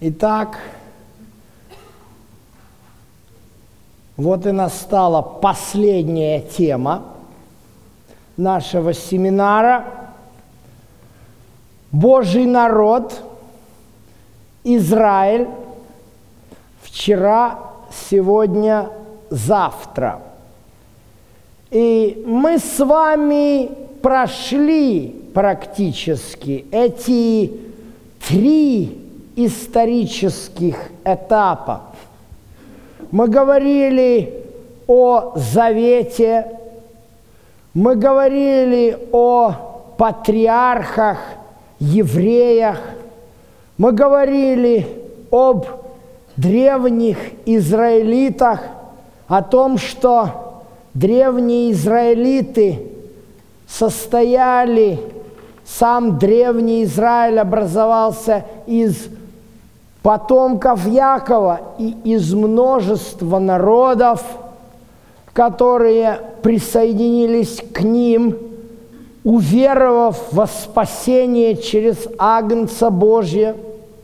Итак, вот и настала последняя тема нашего семинара. Божий народ, Израиль, вчера, сегодня, завтра. И мы с вами прошли практически эти 3 исторических этапа. Мы говорили о Завете, мы говорили о патриархах, евреях, мы говорили об древних израилитах, о том, что древние израилиты состояли, сам древний Израиль образовался из потомков Якова и из множества народов, которые присоединились к ним, уверовав во спасение через Агнца Божия.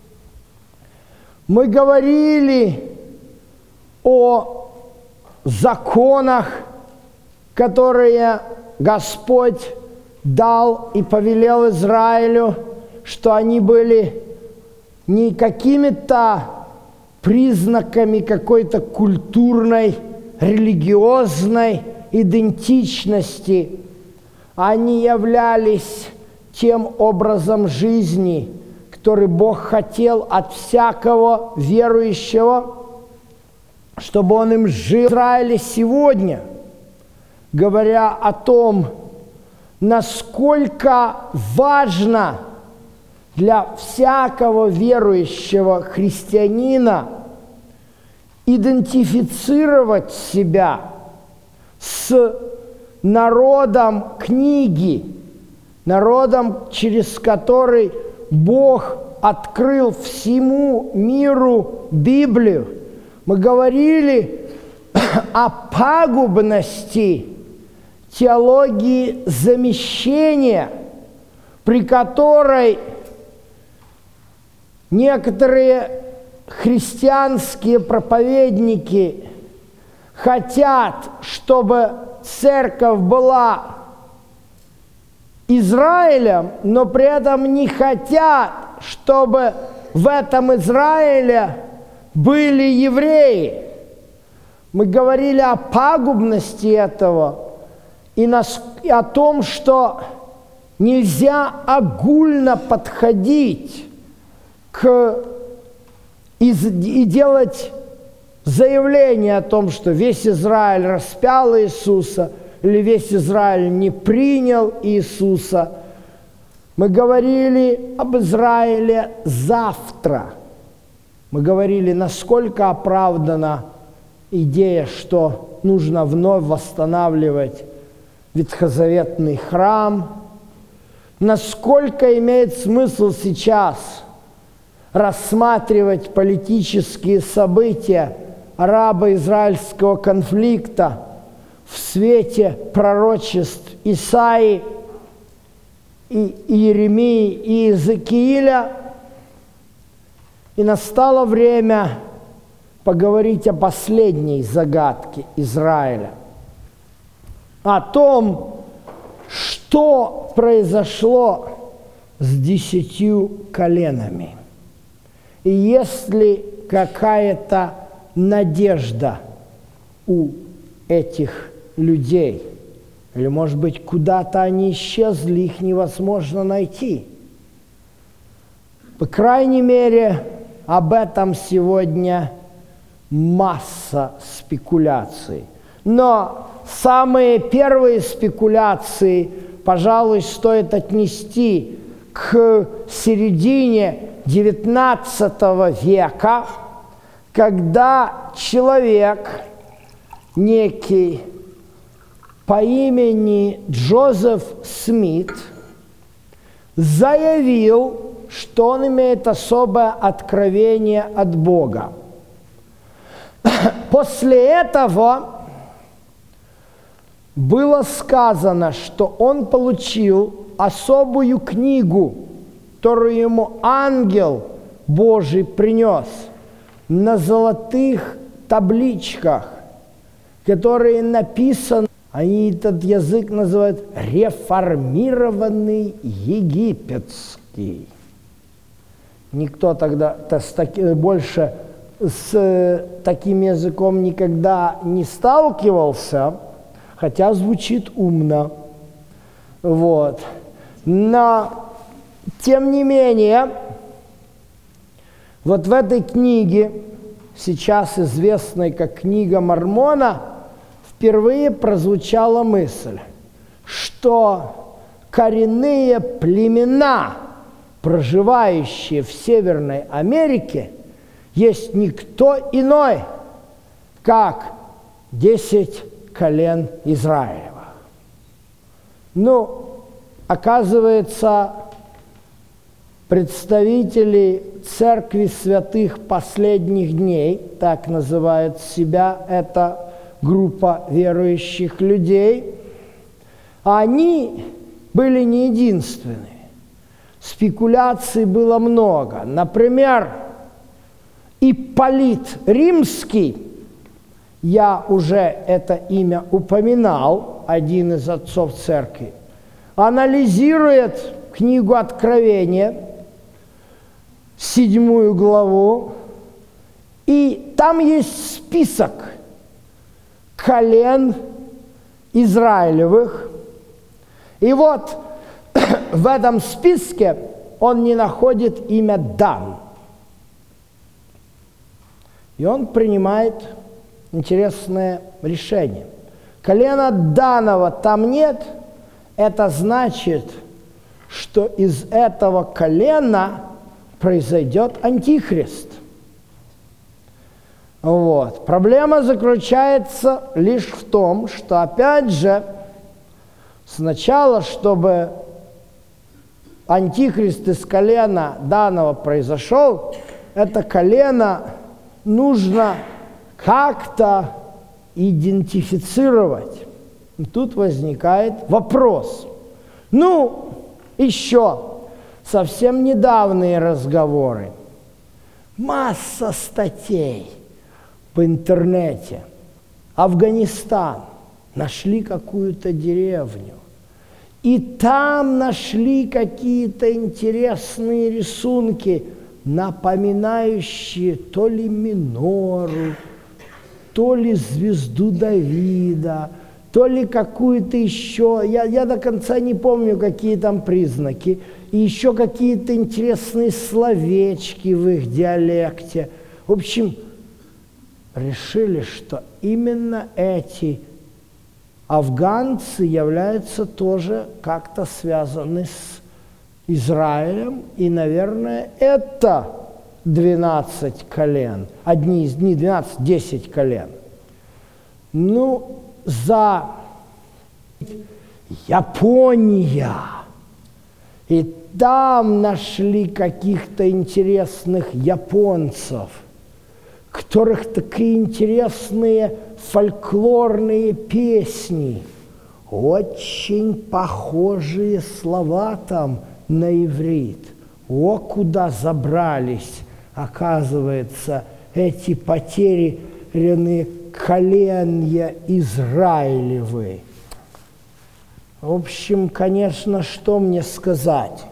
Мы говорили о законах, которые Господь дал и повелел Израилю, что они были не какими-то признаками какой-то культурной, религиозной идентичности. Они являлись тем образом жизни, который Бог хотел от всякого верующего, чтобы он им жил. В Израиле сегодня, говоря о том, насколько важно для всякого верующего христианина идентифицировать себя с народом книги, народом, через который Бог открыл всему миру Библию. Мы говорили о пагубности теологии замещения, при которой некоторые христианские проповедники хотят, чтобы церковь была Израилем, но при этом не хотят, чтобы в этом Израиле были евреи. Мы говорили о пагубности этого и о том, что нельзя огульно подходить и делать заявление о том, что весь Израиль распял Иисуса или весь Израиль не принял Иисуса. Мы говорили об Израиле завтра. Мы говорили, насколько оправдана идея, что нужно вновь восстанавливать ветхозаветный храм, насколько имеет смысл сейчас рассматривать политические события арабо-израильского конфликта в свете пророчеств Исаии, и Иеремии и Иезекииля. И настало время поговорить о последней загадке Израиля, о том, что произошло с 10 коленами. И есть ли какая-то надежда у этих людей? Или, может быть, куда-то они исчезли, их невозможно найти? По крайней мере, об этом сегодня масса спекуляций. Но самые первые спекуляции, пожалуй, стоит отнести к середине XIX века, когда человек, некий по имени Джозеф Смит, заявил, что он имеет особое откровение от Бога. После этого было сказано, что он получил особую книгу, которую ему ангел Божий принес на золотых табличках, которые написаны, они этот язык называют реформированный египетский. Никто тогда больше с таким языком никогда не сталкивался, хотя звучит умно. Вот. Но, тем не менее, вот в этой книге, сейчас известной как Книга Мормона, впервые прозвучала мысль, что коренные племена, проживающие в Северной Америке, есть никто иной, как 10 колен Израилевых. Ну, оказывается, представители Церкви Святых Последних Дней, так называет себя эта группа верующих людей, они были не единственные. Спекуляций было много. Например, Ипполит Римский, я уже это имя упоминал, один из отцов церкви, анализирует книгу Откровения, 7 главу, и там есть список колен Израилевых. И вот в этом списке он не находит имя Дан. И он принимает интересное решение. Колена Данова там нет, это значит, что из этого колена произойдет антихрист. Вот. Проблема заключается лишь в том, что, опять же, сначала, чтобы антихрист из колена Данова произошел, это колено нужно как-то идентифицировать. И тут возникает вопрос. Ну, еще совсем недавние разговоры. Масса статей по интернете. Афганистан. Нашли какую-то деревню. И там нашли какие-то интересные рисунки, напоминающие то ли минору, то ли звезду Давида, то ли какую-то еще, я до конца не помню, какие там признаки, и еще какие-то интересные словечки в их диалекте. В общем, решили, что именно эти афганцы являются тоже как-то связаны с Израилем, и, наверное, это 12 колен, одни из них 12, 10 колен. Ну, за Япония. И там нашли каких-то интересных японцев, которых такие интересные фольклорные песни, очень похожие слова там на иврит. О, куда забрались, оказывается, эти потерянные коленья Израилевы. В общем, конечно, что мне сказать?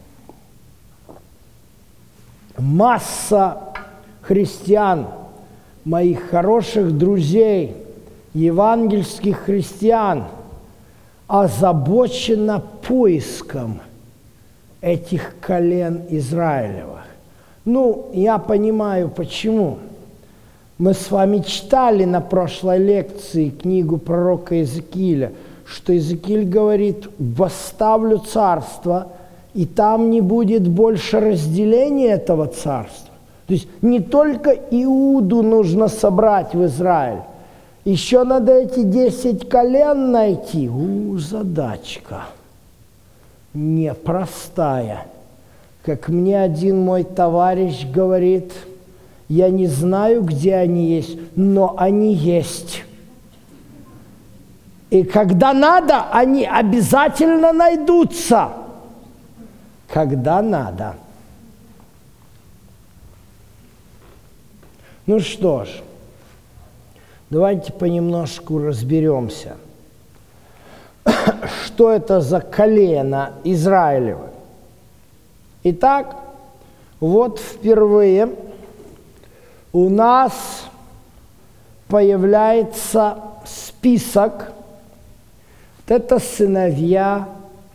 Масса христиан, моих хороших друзей, евангельских христиан, озабочена поиском этих колен Израилевых. Ну, я понимаю, почему. Мы с вами читали на прошлой лекции книгу пророка Иезекииля, что Иезекииль говорит: «Восставлю царство, и там не будет больше разделения этого царства». То есть не только Иуду нужно собрать в Израиль, еще надо эти 10 колен найти. Задачка непростая. Как мне один мой товарищ говорит, я не знаю, где они есть, но они есть. И когда надо, они обязательно найдутся. Когда надо. Ну что ж, давайте понемножку разберемся, что это за колено Израилево. Итак, вот впервые у нас появляется список. Это сыновья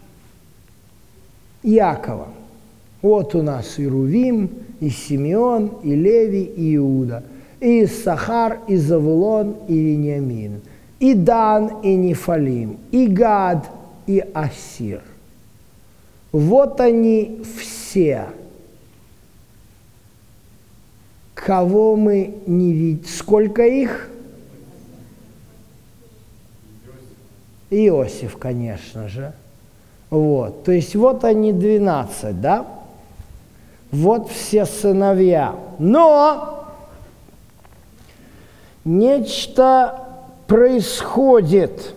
Иакова. Вот у нас и Рувим, и Симеон, и Леви, и Иуда, и Иссахар, и Завулон, и Вениамин, и Дан, и Нефалим, и Гад, и Асир. Вот они все, кого мы не видим. Сколько их? Иосиф, конечно же. Вот. То есть вот они 12, да? Вот все сыновья. Но нечто происходит.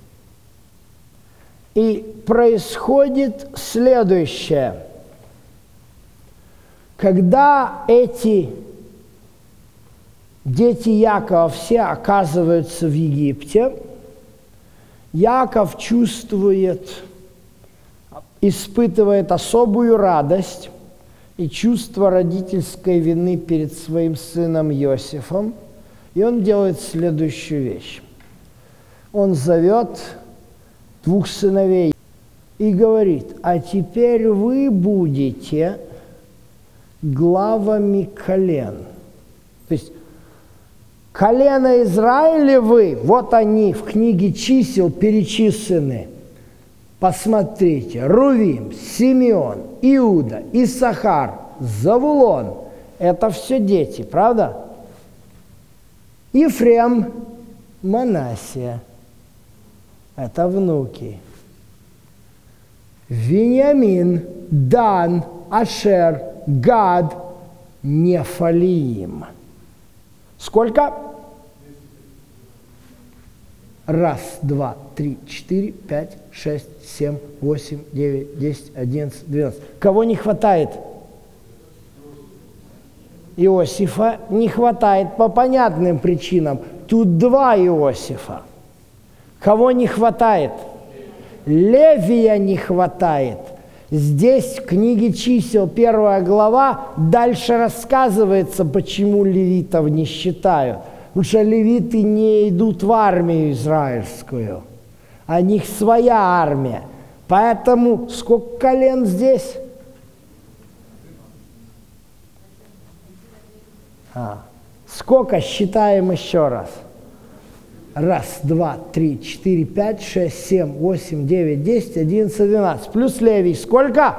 И происходит следующее. Когда эти дети Якова все оказываются в Египте, Яков чувствует, испытывает особую радость и чувство родительской вины перед своим сыном Иосифом, и он делает следующую вещь. Он зовет 2 сыновей и говорит: а теперь вы будете главами колен. То есть колено Израилевы, вот они в книге чисел перечислены. Посмотрите: Рувим, Симеон, Иуда, Иссахар, Завулон. Это все дети, правда? Ефрем, Манассия. Это внуки. Вениамин, Дан, Ашер, Гад, Нефалиим. Сколько? 1, 2, 3, 4, 5, 6, 7, 8, 9, 10, 11, 12. Кого не хватает? Иосифа не хватает по понятным причинам. Тут 2 Иосифа. Кого не хватает? Левия не хватает. Здесь в книге чисел 1 глава дальше рассказывается, почему левитов не считают. Потому что левиты не идут в армию израильскую. У них своя армия. Поэтому сколько колен здесь? Сколько считаем еще раз? 1, 2, 3, 4, 5, 6, 7, 8, 9, 10, 11, 12. Плюс Левий сколько?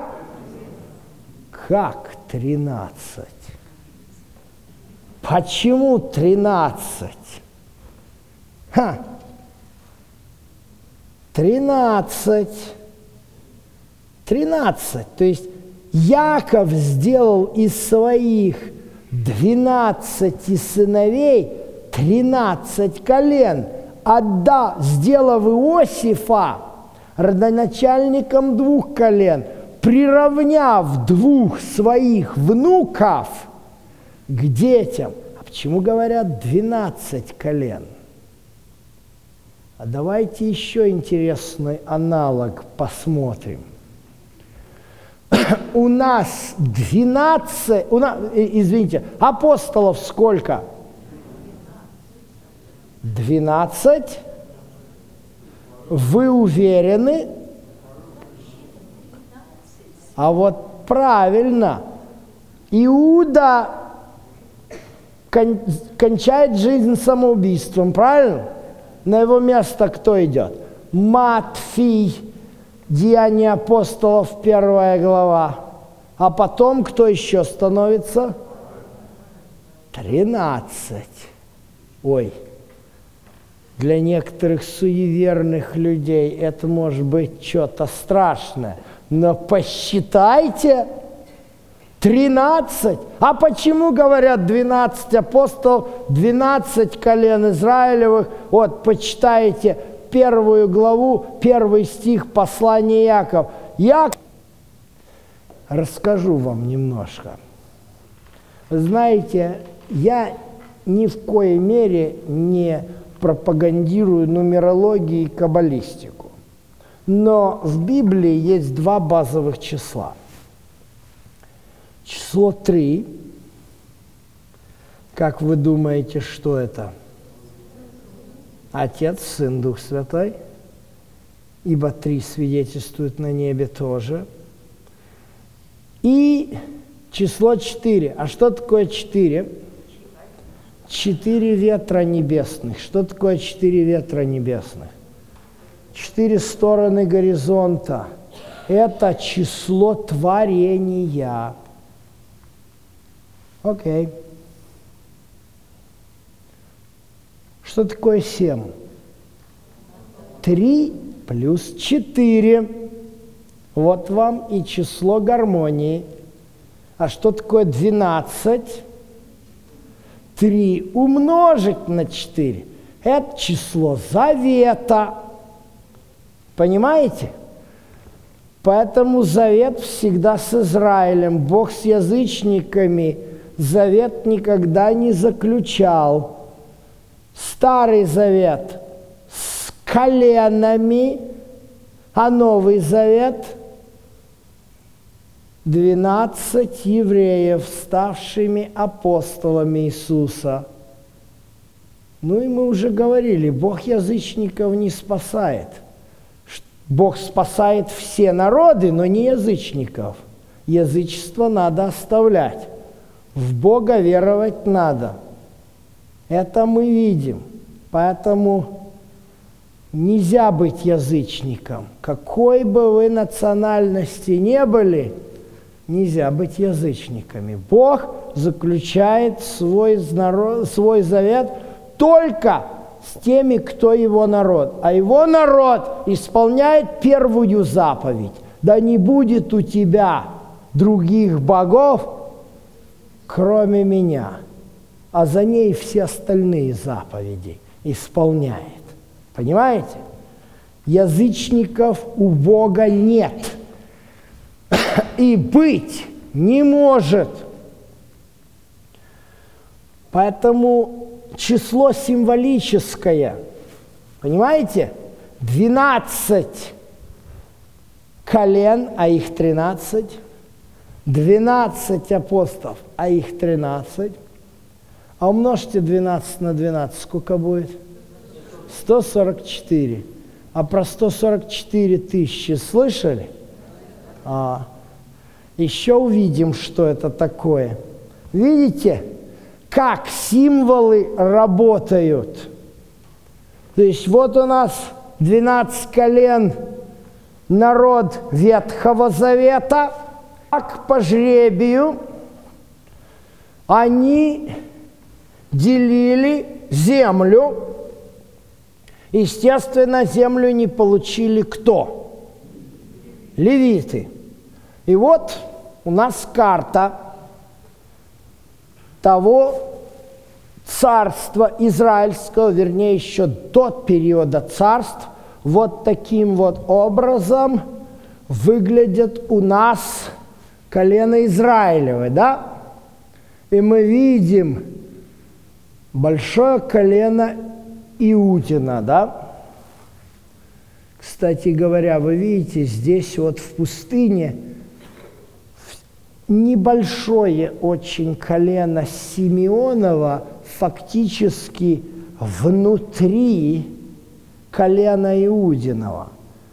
Как 13? Почему 13? 13. 13. То есть Яков сделал из своих 12 сыновей 13 колен, сделав Иосифа родоначальником 2 колен, приравняв 2 своих внуков к детям. А почему говорят 12 колен? А давайте еще интересный аналог посмотрим. У нас 12, апостолов сколько? 12. Вы уверены? А вот правильно. Иуда кончает жизнь самоубийством, правильно? На его место кто идет? Матфий, Деяния апостолов, 1 глава. А потом кто еще становится? 13. Ой. Для некоторых суеверных людей это может быть что-то страшное. Но посчитайте, 13. А почему говорят 12 апостолов, 12 колен Израилевых? Вот, почитайте 1 главу, 1 стих послания Якова. Расскажу вам немножко. Вы знаете, я ни в коей мере не пропагандирую нумерологию и каббалистику. Но в Библии есть два базовых числа. Число 3. Как вы думаете, что это? Отец, Сын, Дух Святой. Ибо 3 свидетельствуют на небе тоже. И число 4. А что такое 4? 4 ветра небесных. Что такое 4 ветра небесных? 4 стороны горизонта. Это число творения. Окей. Что такое 7? 3 плюс 4. Вот вам и число гармонии. А что такое 12? 3 умножить на 4. Это число завета. Понимаете? Поэтому завет всегда с Израилем. Бог с язычниками завет никогда не заключал. Старый завет с коленами, а Новый завет 12 евреев, ставшими апостолами Иисуса. Ну и мы уже говорили, Бог язычников не спасает. Бог спасает все народы, но не язычников. Язычество надо оставлять. В Бога веровать надо. Это мы видим. Поэтому нельзя быть язычником. Какой бы вы национальности не были, нельзя быть язычниками. Бог заключает свой завет только с теми, кто его народ. А его народ исполняет первую заповедь. Да не будет у тебя других богов, кроме меня. А за ней все остальные заповеди исполняет. Понимаете? Язычников у Бога нет. И быть не может. Поэтому число символическое. Понимаете? 12 колен, а их 13. 12 апостолов, а их 13. А умножьте 12 на 12, сколько будет? 144. А про 144 тысячи слышали? Еще увидим, что это такое. Видите, как символы работают? То есть вот у нас 12 колен, народ Ветхого Завета, как по жребию они делили землю. Естественно, землю не получили кто? Левиты. И вот у нас карта того царства израильского, вернее, еще до периода царств. Вот таким вот образом выглядят у нас колено Израилевы, да? И мы видим большое колено Иудина, да? Кстати говоря, вы видите, здесь вот в пустыне небольшое очень колено Симеонова фактически внутри колена Иудинова.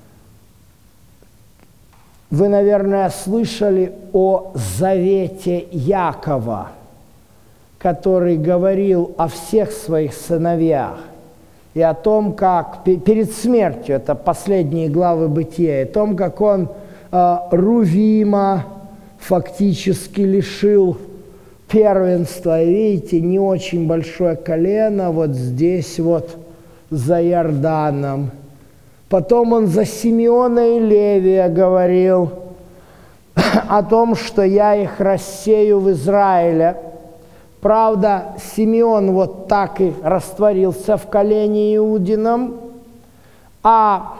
Вы, наверное, слышали о завете Якова, который говорил о всех своих сыновьях и о том, как перед смертью, это последние главы Бытия, о том, как он Рувима фактически лишил первенства. И видите, не очень большое колено вот здесь вот за Иорданом. Потом он за Симеона и Левия говорил о том, что я их рассею в Израиле. Правда, Симеон вот так и растворился в колене Иудином, а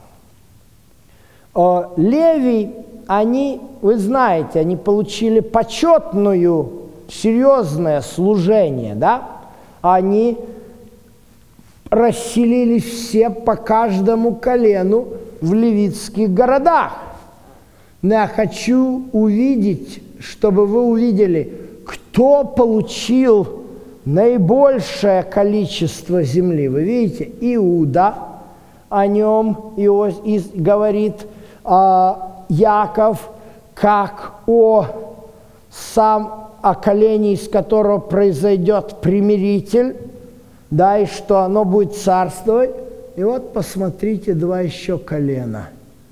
Левий, они, вы знаете, они получили почетное, серьезное служение, да? Они расселились все по каждому колену в левитских городах. Но я хочу увидеть, чтобы вы увидели, кто получил наибольшее количество земли. Вы видите, Иуда, о нем говорит Яков, как о колене, из которого произойдет примиритель, да, и что оно будет царствовать. И вот посмотрите, два еще колена.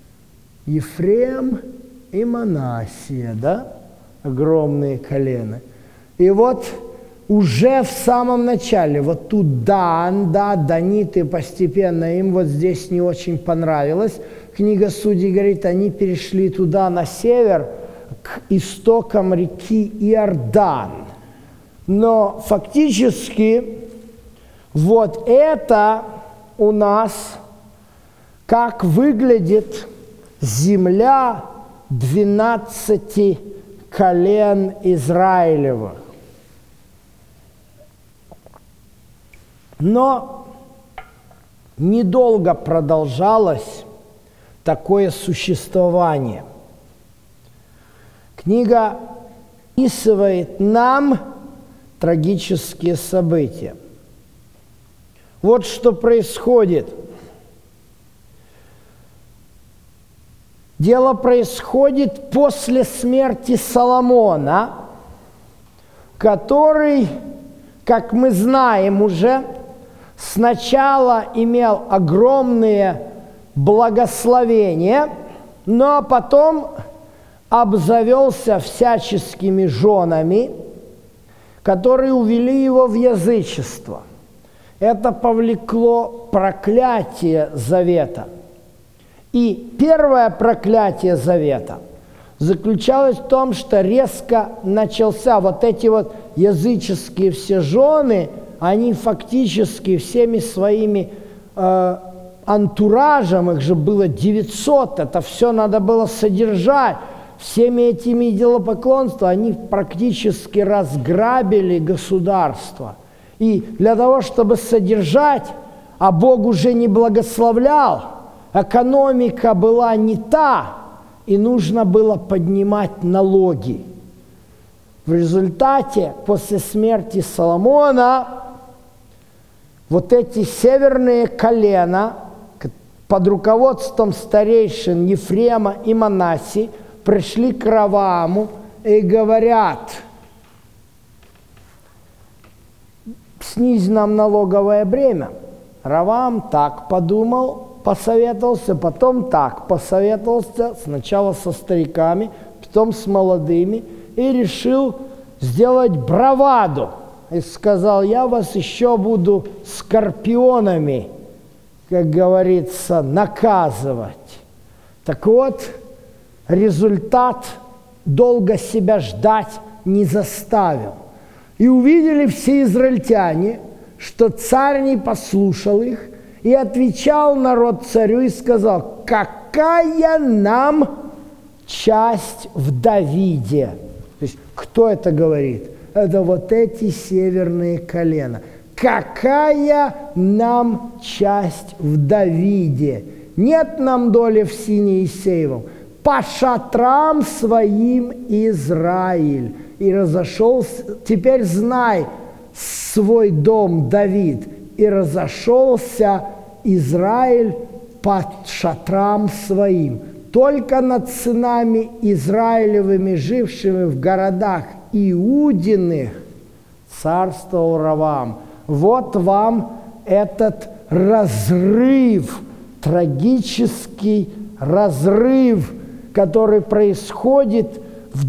Ефрем и Манассия, да, огромные колена. И вот уже в самом начале, вот тут Дан, да, даниты постепенно, им вот здесь не очень понравилось. Книга Судей говорит, они перешли туда на север, к истокам реки Иордан. Но фактически вот это у нас как выглядит земля 12 колен Израилевых. Но недолго продолжалось такое существование. Книга описывает нам трагические события. Вот что происходит. Дело происходит после смерти Соломона, который, как мы знаем уже, сначала имел огромные благословения, но потом обзавелся всяческими женами, которые увели его в язычество. Это повлекло проклятие завета. И первое проклятие завета заключалось в том, что резко начался вот эти вот языческие все жены, они фактически всеми своими антуражем, их же было 900, это все надо было содержать, всеми этими идолопоклонствами они практически разграбили государство. И для того, чтобы содержать, а Бог уже не благословлял, экономика была не та, и нужно было поднимать налоги. В результате, после смерти Соломона, вот эти северные колена под руководством старейшин Ефрема и Манассии пришли к Равааму и говорят: снизь нам налоговое бремя. Раваам так подумал, посоветовался, потом так посоветовался, сначала со стариками, потом с молодыми, и решил сделать браваду. И сказал: я вас еще буду скорпионами, как говорится, наказывать. Так вот, результат долго себя ждать не заставил. И увидели все израильтяне, что царь не послушал их, и отвечал народ царю и сказал: какая нам часть в Давиде? То есть кто это говорит? Это вот эти северные колена. Какая нам часть в Давиде? Нет нам доли в сине Иисеевом. По шатрам своим Израиль. И разошелся, теперь знай свой дом, Давид. И разошелся Израиль по шатрам своим. Только над сынами Израилевыми, жившими в городах Иудиных, царствовал Раваам. Вот вам этот разрыв, трагический разрыв, который происходит в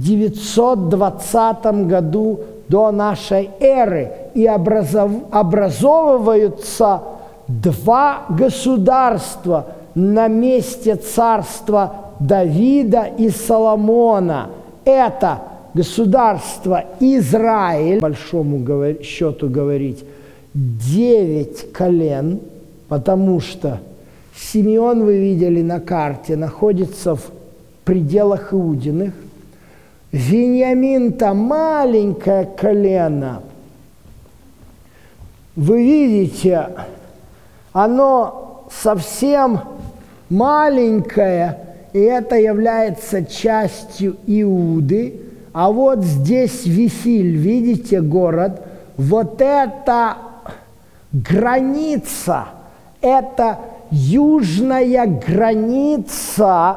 920 году до нашей эры. И образовываются два государства на месте царства Давида и Соломона. Это государство Израиль, по большому счету говорить, 9 колен, потому что Симеон, вы видели на карте, находится в пределах Иудиных. Вениамин-то маленькое колено. вы видите, оно совсем маленькое, и это является частью Иуды. А вот здесь Вифиль, видите город, вот это граница, это южная граница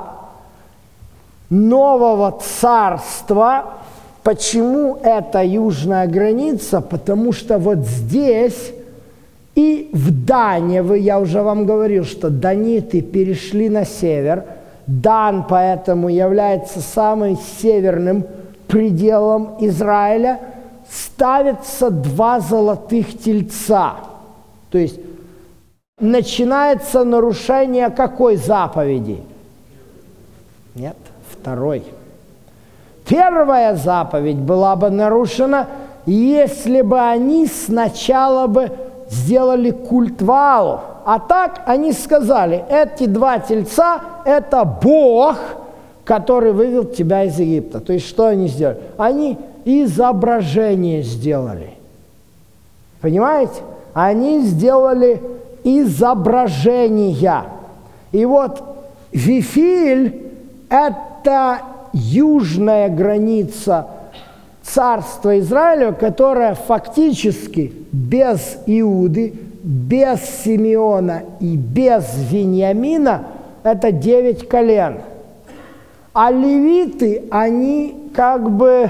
нового царства. Почему это южная граница? Потому что вот здесь и в Дане, я уже вам говорил, что даниты перешли на север. Дан поэтому является самым северным пределом Израиля. Ставятся 2 золотых тельца. То есть начинается нарушение какой заповеди? Нет, 2. Первая заповедь была бы нарушена, если бы они сначала бы сделали культ Ваалу. А так они сказали, эти 2 тельца – это Бог, который вывел тебя из Египта. То есть что они сделали? Они изображение сделали. Понимаете? Они сделали изображения. И вот Вифиль – это южная граница царства Израиля, которая фактически без Иуды, без Симеона и без Виньямина – это 9 колен. А левиты, они как бы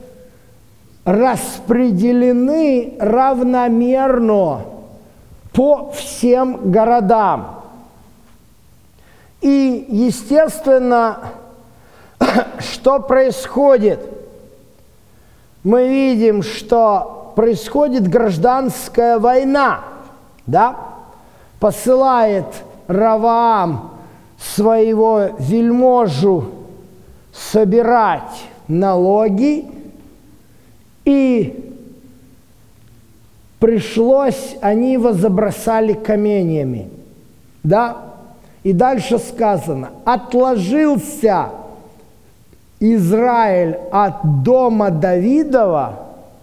распределены равномерно по всем городам. И, естественно, что происходит? Мы видим, что происходит гражданская война, да? Посылает Раваам своего вельможу собирать налоги, и пришлось, они его забросали каменьями, да? И дальше сказано, отложился Израиль от дома Давидова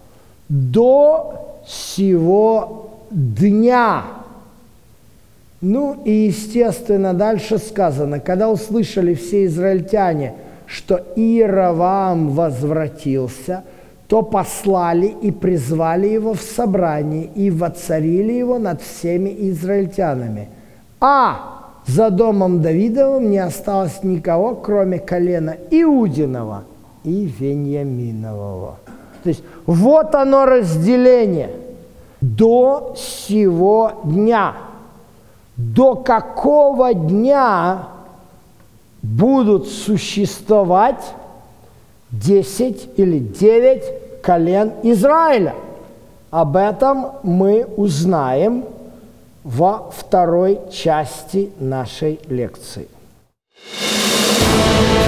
до сего дня. Ну и, естественно, дальше сказано, когда услышали все израильтяне, что Иеровоам возвратился, то послали и призвали его в собрание и воцарили его над всеми израильтянами. А за домом Давидовым не осталось никого, кроме колена Иудиного и Веньяминового. То есть вот оно разделение до сего дня. До какого дня будут существовать 10 или 9 колен Израиля? Об этом мы узнаем во 2 части нашей лекции.